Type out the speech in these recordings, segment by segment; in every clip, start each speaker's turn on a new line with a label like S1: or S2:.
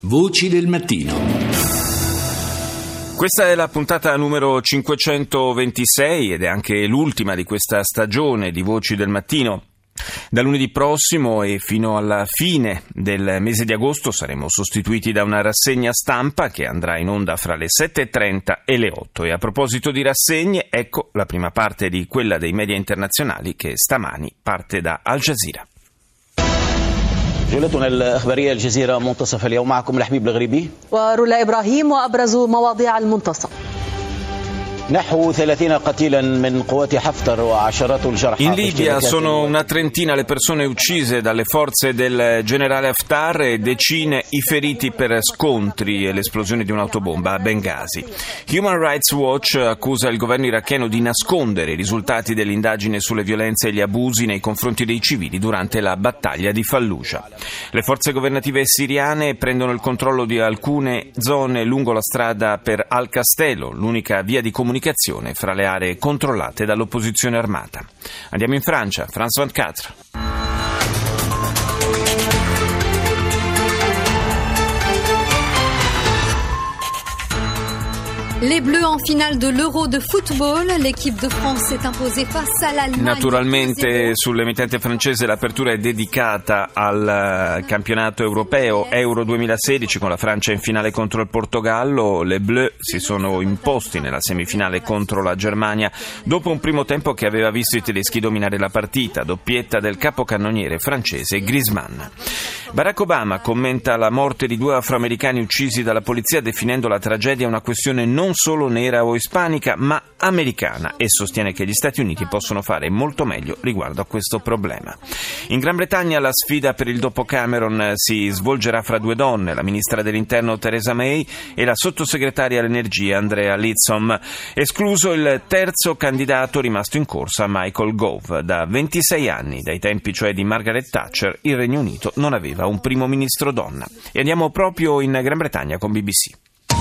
S1: Voci del mattino.
S2: Questa è la puntata numero 526 ed è anche l'ultima di questa stagione di Voci del Mattino. Da lunedì prossimo e fino alla fine del mese di agosto saremo sostituiti da una rassegna stampa che andrà in onda fra le 7.30 e le 8. E a proposito di rassegne, ecco la prima parte di quella dei media internazionali che stamani parte da Al Jazeera.
S3: جولتنا الإخبارية الجزيرة منتصف اليوم معكم الحبيب الغريبي
S4: ورولا إبراهيم وأبرز مواضيع المنتصف.
S3: نحو 30 قتيلا من قوات حفتر وعشرات الجرحى.
S2: In Libia sono una trentina le persone uccise dalle forze del generale Haftar e decine i feriti per scontri e l'esplosione di un'autobomba a Bengasi. Human Rights Watch accusa il governo iracheno di nascondere i risultati dell'indagine sulle violenze e gli abusi nei confronti dei civili durante la battaglia di Fallujah. Le forze governative siriane prendono il controllo di alcune zone lungo la strada per Al Castello, l'unica via di comunicazione fra le aree controllate dall'opposizione armata. Andiamo in Francia, France 24.
S5: Les Bleus en finale de l'Euro de football, l'équipe de France s'est imposée face all'Allemagne.
S2: Naturalmente sull'emittente francese l'apertura è dedicata al campionato europeo Euro 2016 con la Francia in finale contro il Portogallo. Les Bleus si sono imposti nella semifinale contro la Germania dopo un primo tempo che aveva visto i tedeschi dominare la partita, doppietta del capocannoniere francese Griezmann. Barack Obama commenta la morte di 2 afroamericani uccisi dalla polizia definendo la tragedia una questione non solo nera o ispanica ma americana e sostiene che gli Stati Uniti possono fare molto meglio riguardo a questo problema. In Gran Bretagna la sfida per il dopo Cameron si svolgerà fra 2 donne, la ministra dell'Interno Theresa May e la sottosegretaria all'energia Andrea Leadsom, escluso il terzo candidato rimasto in corsa Michael Gove. Da 26 anni, dai tempi cioè di Margaret Thatcher, il Regno Unito non aveva un primo ministro donna. E andiamo proprio in Gran Bretagna con BBC.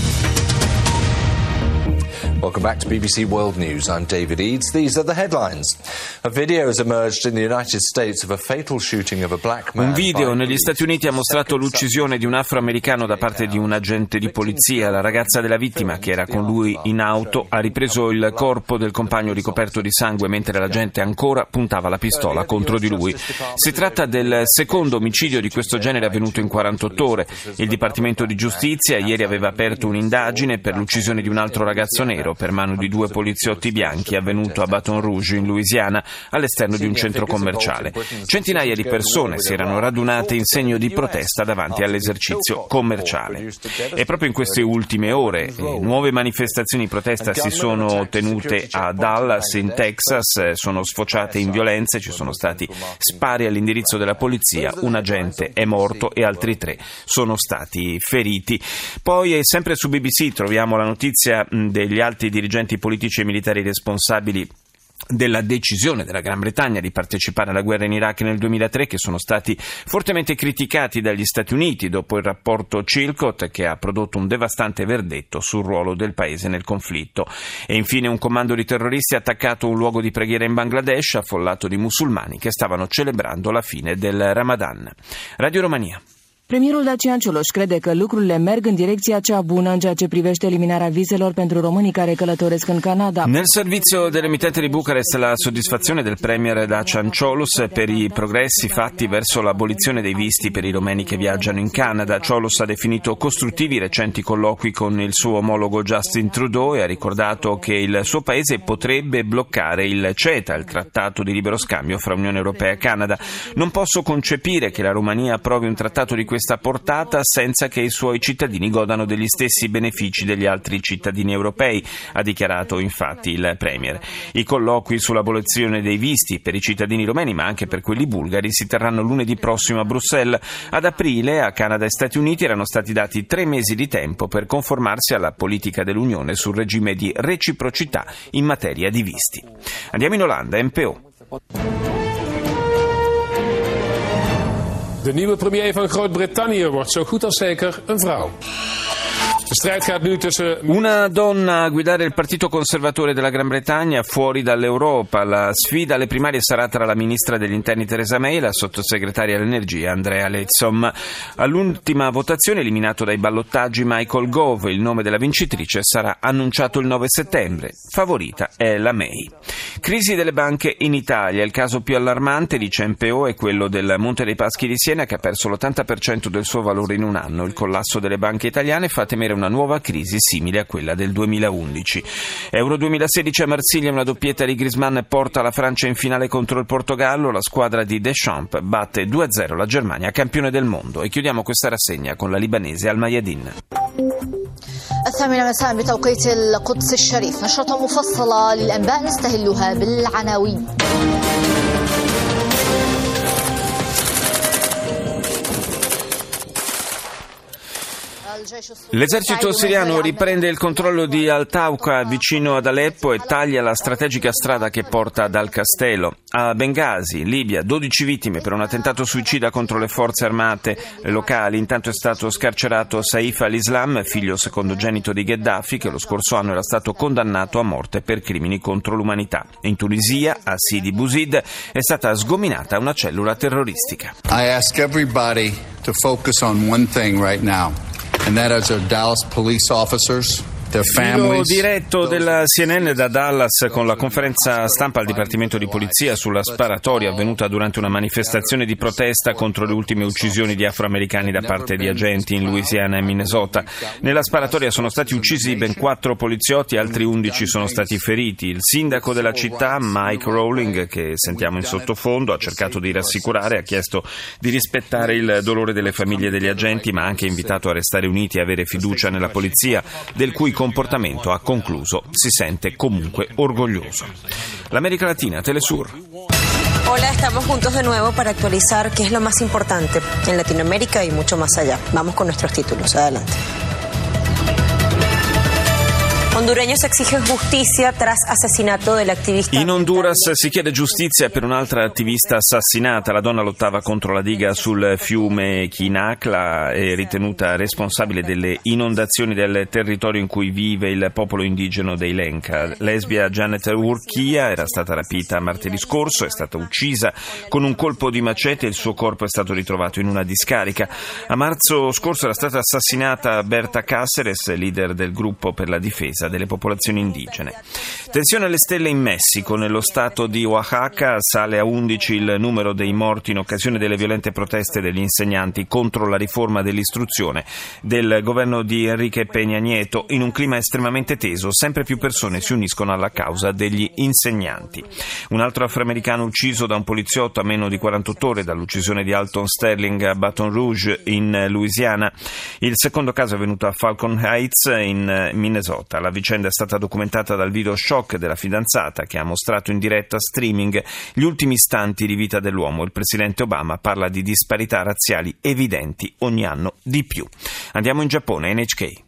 S6: Welcome back to BBC World News. I'm David Eads. These are the headlines. A video has emerged in the United States of a fatal shooting of a black man.
S2: Un video negli Stati Uniti ha mostrato l'uccisione di un afroamericano da parte di un agente di polizia. La ragazza della vittima, che era con lui in auto, ha ripreso il corpo del compagno ricoperto di sangue mentre l'agente ancora puntava la pistola contro di lui. Si tratta del secondo omicidio di questo genere avvenuto in 48 ore. Il Dipartimento di Giustizia ieri aveva aperto un'indagine per l'uccisione di un altro ragazzo nero per mano di 2 poliziotti bianchi avvenuto a Baton Rouge in Louisiana all'esterno di un centro commerciale. Centinaia di persone si erano radunate in segno di protesta davanti all'esercizio commerciale. E proprio in queste ultime ore nuove manifestazioni di protesta si sono tenute a Dallas in Texas, sono sfociate in violenze, ci sono stati spari all'indirizzo della polizia, un agente è morto e altri 3 sono stati feriti. Poi sempre su BBC troviamo la notizia degli altri dirigenti politici e militari responsabili della decisione della Gran Bretagna di partecipare alla guerra in Iraq nel 2003, che sono stati fortemente criticati dagli Stati Uniti dopo il rapporto Chilcot che ha prodotto un devastante verdetto sul ruolo del paese nel conflitto. E infine un comando di terroristi ha attaccato un luogo di preghiera in Bangladesh affollato di musulmani che stavano celebrando la fine del Ramadan. Radio Romania.
S7: Premierul Dacian Cioloș crede că lucrurile merg în direcția cea bună în ceea ce privește eliminarea vizelor pentru românii care călătoresc în Canada.
S2: Nel servizio dell'emittente di Bucarest la soddisfazione del premier Dacian Cioloș per i progressi fatti verso l'abolizione dei visti per i romeni che viaggiano in Canada. Cioloș ha definito costruttivi i recenti colloqui con il suo omologo Justin Trudeau e ha ricordato che il suo paese potrebbe bloccare il CETA, il trattato di libero scambio fra Unione Europea e Canada. Non posso concepire che la Romania approvi un trattato di questa portata senza che i suoi cittadini godano degli stessi benefici degli altri cittadini europei, ha dichiarato infatti il premier. I colloqui sull'abolizione dei visti per i cittadini romeni ma anche per quelli bulgari si terranno lunedì prossimo a Bruxelles. Ad aprile a Canada e Stati Uniti erano stati dati 3 mesi di tempo per conformarsi alla politica dell'Unione sul regime di reciprocità in materia di visti. Andiamo in Olanda, NPO.
S8: De nieuwe premier van Groot-Brittannië wordt zo goed als zeker een vrouw.
S2: Una donna a guidare il partito conservatore della Gran Bretagna fuori dall'Europa. La sfida alle primarie sarà tra la ministra degli interni Theresa May e la sottosegretaria all'energia Andrea Leadsom. All'ultima votazione, eliminato dai ballottaggi Michael Gove, il nome della vincitrice sarà annunciato il 9 settembre. Favorita è la May. Crisi delle banche in Italia. Il caso più allarmante, dice MPO, è quello del Monte dei Paschi di Siena, che ha perso l'80% del suo valore in un anno. Il collasso delle banche italiane fa temere una nuova crisi simile a quella del 2011. Euro 2016 a Marsiglia, una doppietta di Griezmann porta la Francia in finale contro il Portogallo. La squadra di Deschamps batte 2-0 la Germania, campione del mondo. E chiudiamo questa rassegna con la libanese Al Mayadin.
S1: 8 مساء بتوقيت القدس الشريف نشرة مفصلة للأنباء نستهلها بالعناوين.
S2: L'esercito siriano riprende il controllo di Al-Tawqa vicino ad Aleppo e taglia la strategica strada che porta ad Al-Castello. A Bengasi, Libia, 12 vittime per un attentato suicida contro le forze armate locali. Intanto è stato scarcerato Saif al-Islam, figlio secondogenito di Gheddafi, che lo scorso anno era stato condannato a morte per crimini contro l'umanità. In Tunisia, a Sidi Bouzid, è stata sgominata una cellula terroristica.
S8: I ask everybody to focus on one thing right now. And that is our Dallas police officers, their families.
S2: Filo diretto della CNN da Dallas con la conferenza stampa al Dipartimento di Polizia sulla sparatoria avvenuta durante una manifestazione di protesta contro le ultime uccisioni di afroamericani da parte di agenti in Louisiana e Minnesota. Nella sparatoria sono stati uccisi ben 4 poliziotti e altri 11 sono stati feriti. Il sindaco della città, Mike Rowling, che sentiamo in sottofondo, ha cercato di rassicurare, ha chiesto di rispettare il dolore delle famiglie degli agenti, ma ha anche invitato a restare uniti e avere fiducia nella polizia, del cui comportamento, ha concluso, si sente comunque orgoglioso. L'America Latina, Telesur.
S9: Hola, estamos juntos de nuevo para actualizar qué es lo más importante en Latinoamérica y mucho más allá. Vamos con nuestros títulos. Adelante. Hondureños exigen justicia tras asesinato dell'attivista.
S2: In Honduras si chiede giustizia per un'altra attivista assassinata. La donna lottava contro la diga sul fiume Quinacla, è ritenuta responsabile delle inondazioni del territorio in cui vive il popolo indigeno dei Lenca. Lesbia Janet Urquia era stata rapita martedì scorso, è stata uccisa con un colpo di macete e il suo corpo è stato ritrovato in una discarica. A marzo scorso era stata assassinata Berta Cáceres, leader del gruppo per la difesa delle popolazioni indigene. Tensione alle stelle in Messico. Nello stato di Oaxaca sale a 11 il numero dei morti in occasione delle violente proteste degli insegnanti contro la riforma dell'istruzione del governo di Enrique Peña Nieto. In un clima estremamente teso, sempre più persone si uniscono alla causa degli insegnanti. Un altro afroamericano ucciso da un poliziotto a meno di 48 ore dall'uccisione di Alton Sterling a Baton Rouge in Louisiana. Il secondo caso è avvenuto a Falcon Heights in Minnesota. La vicenda è stata documentata dal video shock della fidanzata, che ha mostrato in diretta streaming gli ultimi istanti di vita dell'uomo. Il presidente Obama parla di disparità razziali evidenti ogni anno di più. Andiamo in Giappone, NHK.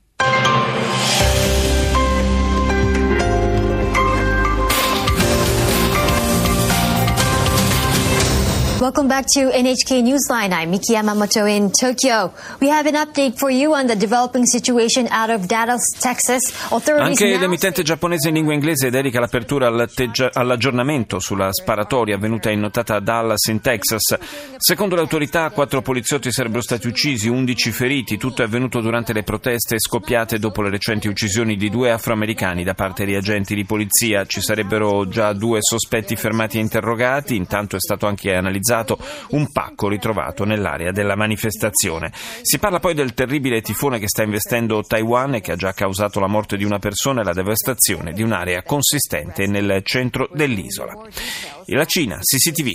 S1: Welcome back to NHK Newsline. I'm Miki Yamamoto in Tokyo. We have an update for you on the developing situation out of Dallas, Texas.
S2: Anche l'emittente giapponese in lingua inglese dedica l'apertura all'aggiornamento sulla sparatoria avvenuta in nottata Dallas in Texas. Secondo le autorità, 4 poliziotti sarebbero stati uccisi, 11 feriti. Tutto è avvenuto durante le proteste scoppiate dopo le recenti uccisioni di 2 afroamericani da parte di agenti di polizia. Ci sarebbero già 2 sospetti fermati e interrogati. Intanto è stato anche analizzato un pacco ritrovato nell'area della manifestazione. Si parla poi del terribile tifone che sta investendo Taiwan e che ha già causato la morte di una persona e la devastazione di un'area consistente nel centro dell'isola. E la Cina, CCTV.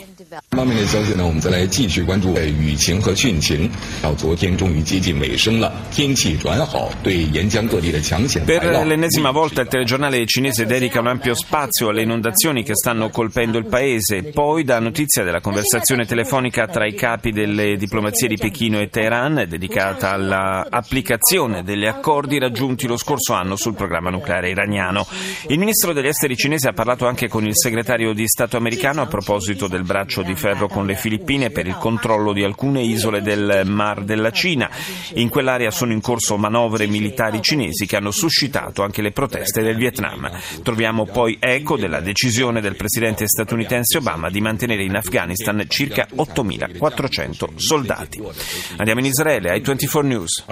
S2: Per l'ennesima volta il telegiornale cinese dedica un ampio spazio alle inondazioni che stanno colpendo il paese. Poi dà notizia della conversazione conversazione telefonica tra i capi delle diplomazie di Pechino e Teheran, dedicata all'applicazione degli accordi raggiunti lo scorso anno sul programma nucleare iraniano. Il ministro degli esteri cinese ha parlato anche con il segretario di Stato americano a proposito del braccio di ferro con le Filippine per il controllo di alcune isole del Mar della Cina. In quell'area sono in corso manovre militari cinesi che hanno suscitato anche le proteste del Vietnam. Troviamo poi eco della decisione del presidente statunitense Obama di mantenere in Afghanistan circa 8.400 soldati. Andiamo in Israele, ai 24 News.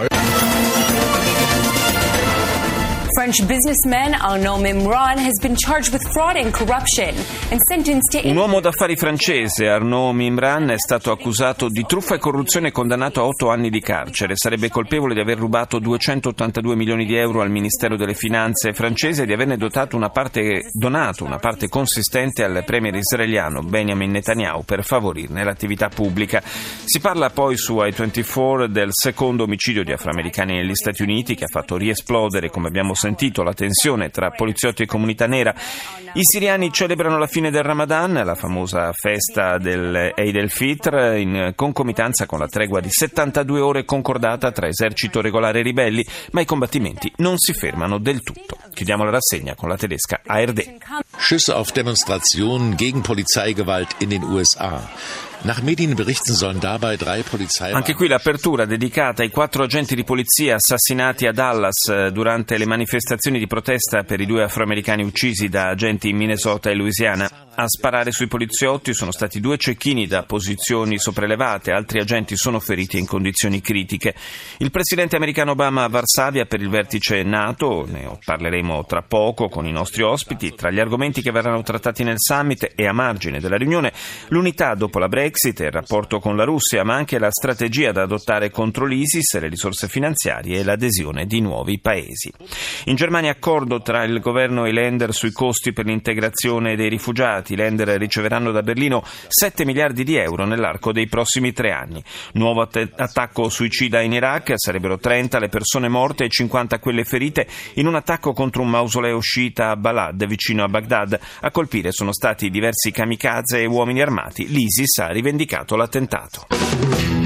S10: French businessman Arnaud Mimran has been charged with fraud and corruption and sentenced to...
S2: Un uomo d'affari francese, Arnaud Mimran, è stato accusato di truffa e corruzione e condannato a 8 anni di carcere. Sarebbe colpevole di aver rubato 282 milioni di euro al Ministero delle Finanze francese e di averne donato una parte consistente al premier israeliano Benjamin Netanyahu per favorirne l'attività pubblica. Si parla poi su i24 del secondo omicidio di afroamericani negli Stati Uniti che ha fatto riesplodere, come abbiamo sentito, la tensione tra poliziotti e comunità nera. I siriani celebrano la fine del Ramadan, la famosa festa del Eid el-Fitr, in concomitanza con la tregua di 72 ore concordata tra esercito regolare e ribelli, ma i combattimenti non si fermano del tutto. Chiudiamo la rassegna con la tedesca ARD.
S11: Schüsse auf Demonstrationen gegen Polizeigewalt in den USA. Nach Medienberichten sollen dabei 3 Polizeibeamte...
S2: Anche qui l'apertura dedicata ai 4 agenti di polizia assassinati a Dallas durante le manifestazioni di protesta per i 2 afroamericani uccisi da agenti in Minnesota e Louisiana. A sparare sui poliziotti sono stati 2 cecchini da posizioni sopraelevate, altri agenti sono feriti in condizioni critiche. Il presidente americano Obama a Varsavia per il vertice NATO, ne parleremo tra poco con i nostri ospiti. Tra gli argomenti che verranno trattati nel summit e a margine della riunione, l'unità dopo la Brexit e il rapporto con la Russia, ma anche la strategia da adottare contro l'ISIS, le risorse finanziarie e l'adesione di nuovi paesi. In Germania accordo tra il governo e i Länder sui costi per l'integrazione dei rifugiati. I Länder riceveranno da Berlino 7 miliardi di euro nell'arco dei prossimi 3 anni. Nuovo attacco suicida in Iraq, sarebbero 30 le persone morte e 50 quelle ferite in un attacco contro un mausoleo sciita a Balad, vicino a Baghdad. A colpire sono stati diversi kamikaze e uomini armati. L'ISIS ha rivendicato l'attentato.